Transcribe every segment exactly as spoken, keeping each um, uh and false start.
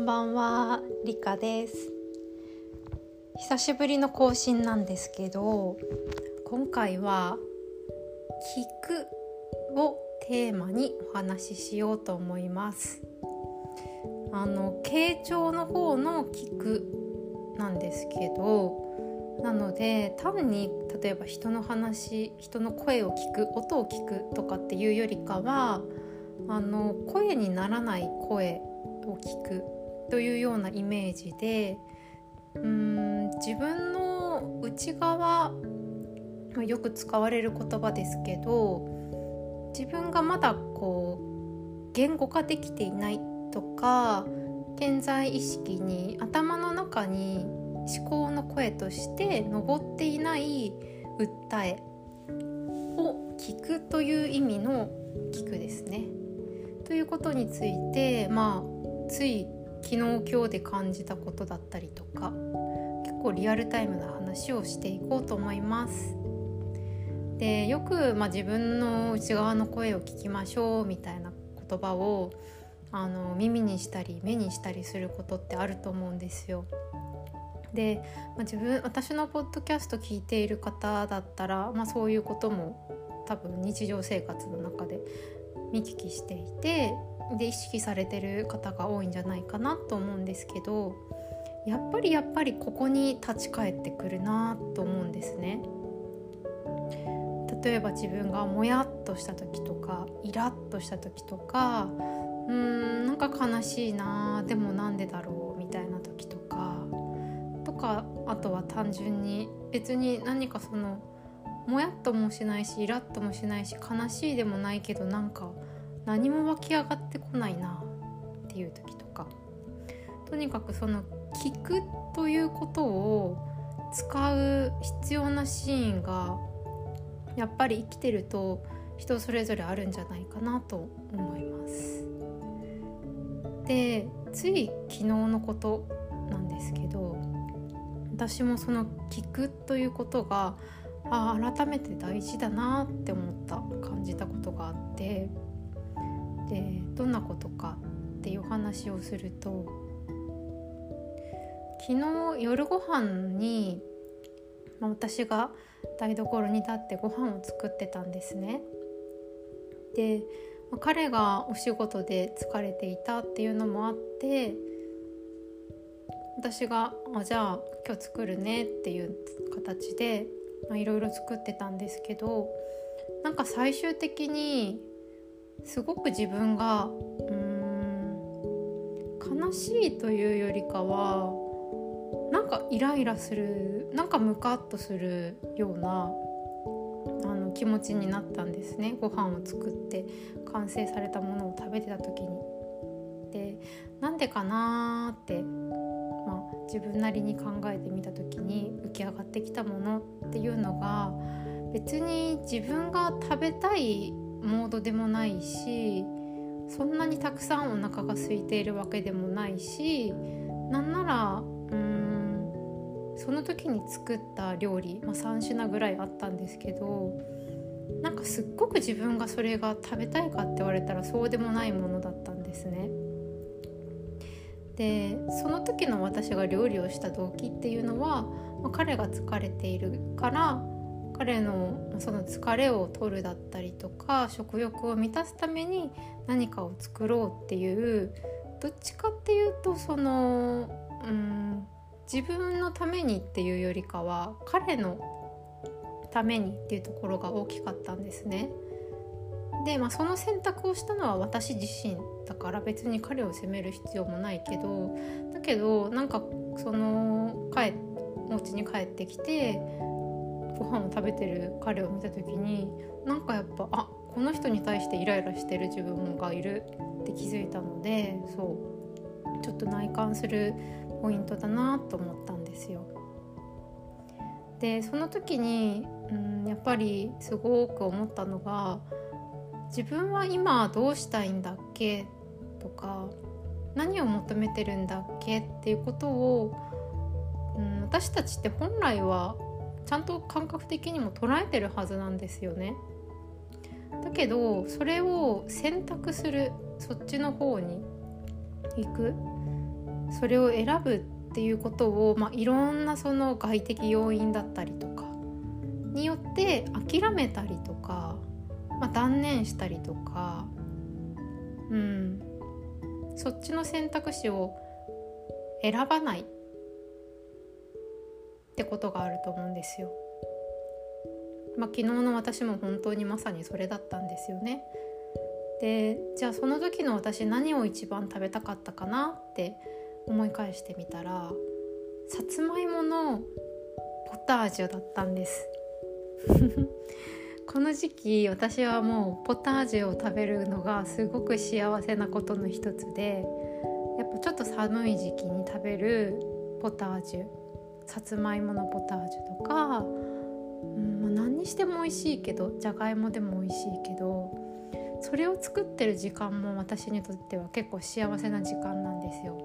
んばんは、りかです。久しぶりの更新なんですけど、今回は聞くをテーマにお話ししようと思います。あの傾聴の方の聞くなんですけど、なので単に例えば人の話、人の声を聞く、音を聞くとかっていうよりかは、あの声にならない声を聞くというようなイメージで、うーん自分の内側、よく使われる言葉ですけど、自分がまだこう言語化できていないとか、潜在意識に頭の中に思考の声として上っていない訴えを聞くという意味の聞くですね。ということについて、まあつい昨日今日で感じたことだったりとか、結構リアルタイムな話をしていこうと思います。でよく、まあ、自分の内側の声を聞きましょうみたいな言葉をあの耳にしたり目にしたりすることってあると思うんですよ。で、まあ、自分私のポッドキャスト聞いている方だったら、まあ、そういうことも多分日常生活の中で見聞きしていて、で意識されてる方が多いんじゃないかなと思うんですけど、やっぱりやっぱりここに立ち返ってくるなと思うんですね。例えば自分がもやっとした時とか、イラッとした時とか、うーんなんか悲しいな、でもなんでだろうみたいな時とかとか、あとは単純に別に何かそのもやっともしないし、イラッともしないし、悲しいでもないけど、なんか何も湧き上がってこないなっていう時とか、とにかくその聞くということを使う必要なシーンがやっぱり生きてると人それぞれあるんじゃないかなと思います。でつい昨日のことなんですけど、私もその聞くということがあ改めて大事だなって思った感じたことがあって、でどんなことかっていう話をすると、昨日夜ご飯に、まあ、私が台所に立ってご飯を作ってたんですね。で、まあ、彼がお仕事で疲れていたっていうのもあって、私があじゃあ今日作るねっていう形でいろいろ作ってたんですけど、なんか最終的にすごく自分がうーん悲しいというよりかは、なんかイライラする、なんかムカッとするようなあの気持ちになったんですね。ご飯を作って完成されたものを食べてた時に。でなんでかなって、まあ、自分なりに考えてみた時に浮き上がってきたものっていうのが、別に自分が食べたいモードでもないし、そんなにたくさんお腹が空いているわけでもないし、なんならうーんその時に作った料理、まあ、さん品ぐらいあったんですけど、なんかすっごく自分がそれが食べたいかって言われたらそうでもないものだったんですね。でその時の私が料理をした動機っていうのは、まあ、彼が疲れているから彼のその疲れを取るだったりとか、食欲を満たすために何かを作ろうっていう、どっちかっていうとそのうん自分のためにっていうよりかは彼のためにっていうところが大きかったんですね。で、まあ、その選択をしたのは私自身だから、別に彼を責める必要もないけど、だけどなんかその帰お家に帰ってきてご飯を食べてる彼を見た時に、なんかやっぱあこの人に対してイライラしてる自分がいるって気づいたので、そうちょっと内観するポイントだなと思ったんですよ。でその時に、うん、やっぱりすごく思ったのが、自分は今どうしたいんだっけとか、何を求めてるんだっけっていうことを、うん、私たちって本来はちゃんと感覚的にも捉えてるはずなんですよね。だけどそれを選択する、そっちの方に行くっそれを選ぶっていうことを、まあ、いろんなその外的要因だったりとかによって諦めたりとか、まあ、断念したりとか、うん、そっちの選択肢を選ばないってことがあると思うんですよ。まあ、昨日の私も本当にまさにそれだったんですよね。で、じゃあその時の私何を一番食べたかったかなって思い返してみたら、さつまいものポタージュだったんですこの時期私はもうポタージュを食べるのがすごく幸せなことの一つで、やっぱちょっと寒い時期に食べるポタージュ、さつまいものポタージュとか、うんまあ、何にしても美味しいけど、じゃがいもでも美味しいけど、それを作ってる時間も私にとっては結構幸せな時間なんですよ。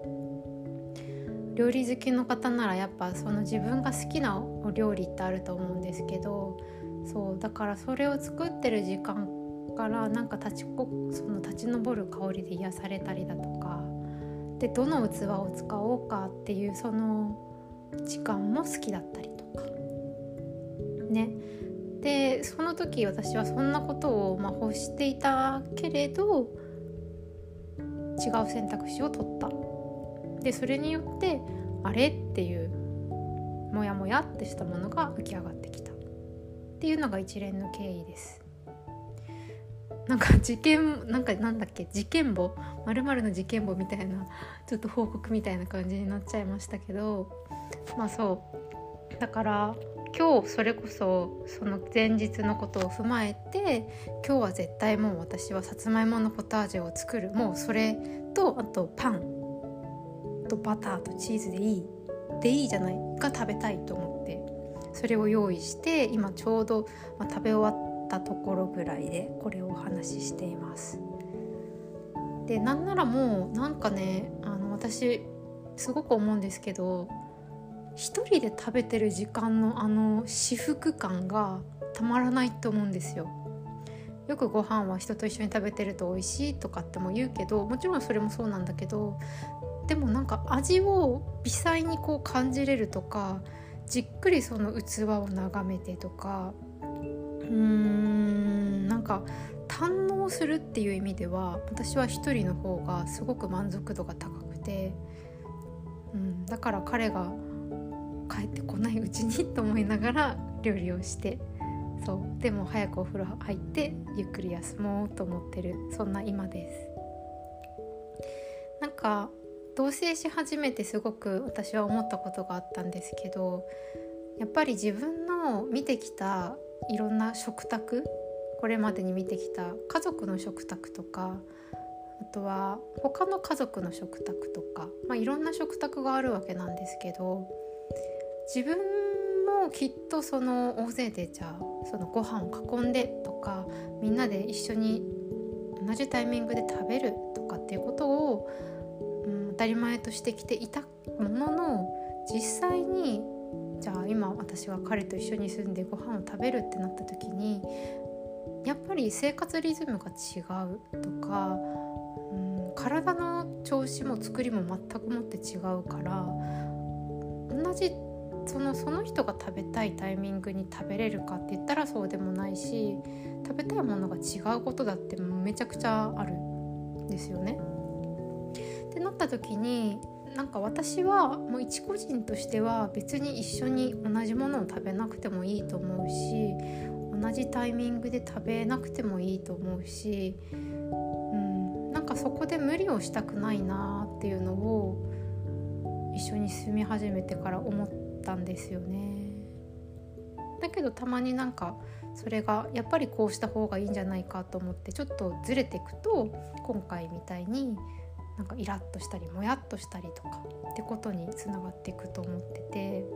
料理好きの方ならやっぱその自分が好きなお料理ってあると思うんですけど、そうだからそれを作ってる時間からなんか立ちこその立ち上る香りで癒されたりだとかで、どの器を使おうかっていうその時間も好きだったりとかね。でその時私はそんなことをまあ欲していたけれど違う選択肢を取った。でそれによってあれっていうモヤモヤってしたものが浮き上がってきたっていうのが一連の経緯です。なんか事件なんかなんだっけ事件簿〇〇の事件簿みたいなちょっと報告みたいな感じになっちゃいましたけど、まあそうだから今日それこそその前日のことを踏まえて、今日は絶対もう私はさつまいものポタージュを作る、もうそれとあとパンとバターとチーズでいいでいいじゃないが食べたいと思ってそれを用意して、今ちょうど、まあ、食べ終わったところぐらいでこれをお話ししています。でなんならもうなんかね、あの私すごく思うんですけど、一人で食べてる時間のあの至福感がたまらないと思うんですよ。よくご飯は人と一緒に食べてると美味しいとかっても言うけど、もちろんそれもそうなんだけど、でもなんか味を微細にこう感じれるとか、じっくりその器を眺めてとか、うーんなんか堪能するっていう意味では私は一人の方がすごく満足度が高くて、うん、だから彼が帰ってこないうちにと思いながら料理をして、そうでも早くお風呂入ってゆっくり休もうと思ってる、そんな今です。なんか同棲し始めてすごく私は思ったことがあったんですけど、やっぱり自分の見てきたいろんな食卓、これまでに見てきた家族の食卓とか、あとは他の家族の食卓とか、まあ、いろんな食卓があるわけなんですけど、自分もきっとその大勢でじゃあそのご飯を囲んでとか、みんなで一緒に同じタイミングで食べるとかっていうことを、うん、当たり前としてきていたものの、実際にじゃあ今私が彼と一緒に住んでご飯を食べるってなった時に、やっぱり生活リズムが違うとか、うん、体の調子も作りも全くもって違うから、同じその、その人が食べたいタイミングに食べれるかって言ったらそうでもないし、食べたいものが違うことだってめちゃくちゃあるんですよね。ってなった時に、なんか私はもう一個人としては別に一緒に同じものを食べなくてもいいと思うし、同じタイミングで食べなくてもいいと思うし、うん、なんかそこで無理をしたくないなっていうのを一緒に住み始めてから思ったんですよね。だけどたまになんかそれがやっぱりこうした方がいいんじゃないかと思ってちょっとずれていくと、今回みたいになんかイラッとしたりもやっとしたりとかってことにつながっていくと思ってて、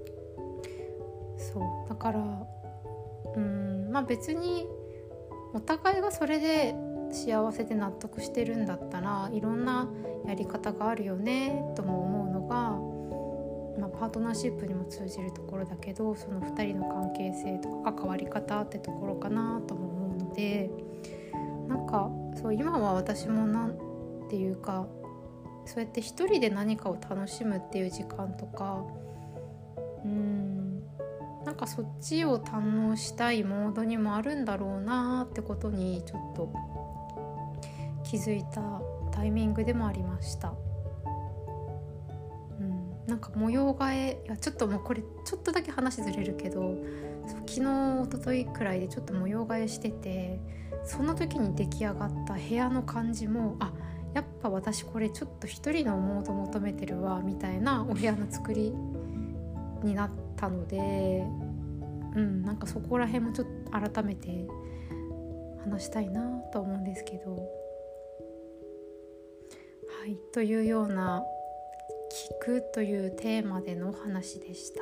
そうだからうーんまあ別にお互いがそれで幸せで納得してるんだったらいろんなやり方があるよねとも思うのが、まあ、パートナーシップにも通じるところだけど、そのふたりの関係性とか関わり方ってところかなとも思うので、なんかそう今は私もなんっていうかそうやって一人で何かを楽しむっていう時間とか、うーんなんかそっちを堪能したいモードにもあるんだろうなってことにちょっと気づいたタイミングでもありました。うん、なんか模様替え、いやちょっともうこれちょっとだけ話ずれるけど、昨日一昨日くらいでちょっと模様替えしてて、その時に出来上がった部屋の感じも、あ、やっぱ私これちょっと一人のモード求めてるわみたいなお部屋の作りになったので、うん、なんかそこら辺もちょっと改めて話したいなと思うんですけど、はい、というような聞くというテーマでのお話でした。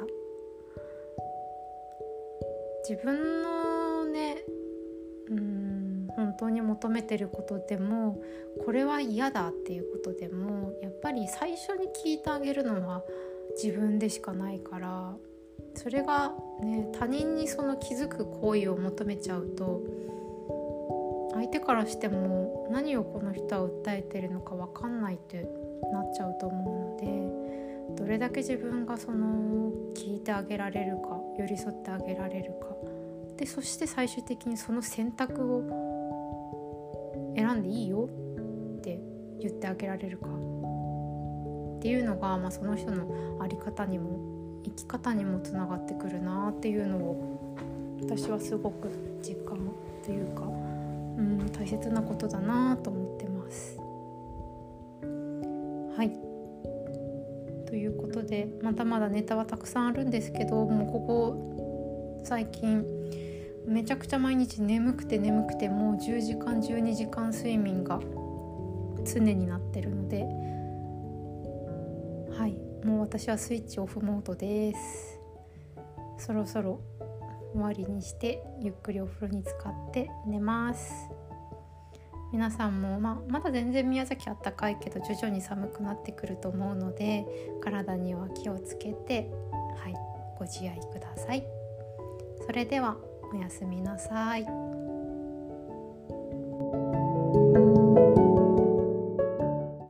自分のね、うーん本当に求めてることでも、これは嫌だっていうことでも、やっぱり最初に聞いてあげるのは自分でしかないから、それがね、他人にその気づく行為を求めちゃうと、相手からしても何をこの人は訴えてるのか分かんないってなっちゃうと思うので、どれだけ自分がその聞いてあげられるか、寄り添ってあげられるかで、そして最終的にその選択を選んでいいよって言ってあげられるかっていうのが、まあ、その人の在り方にも生き方にもつながってくるなっていうのを私はすごく実感というか、うん、大切なことだなと思ってます。はい、ということで、まだまだネタはたくさんあるんですけど、もうここ最近めちゃくちゃ毎日眠くて眠くて、もうじゅうじかんじゅうにじかん睡眠が常になってるので、はい、もう私はスイッチオフモードです。そろそろ終わりにしてゆっくりお風呂に浸かって寝ます。皆さんも、まあ、まだ全然宮崎あったかいけど徐々に寒くなってくると思うので、体には気をつけて、はい、ご自愛ください。それではおやすみなさい。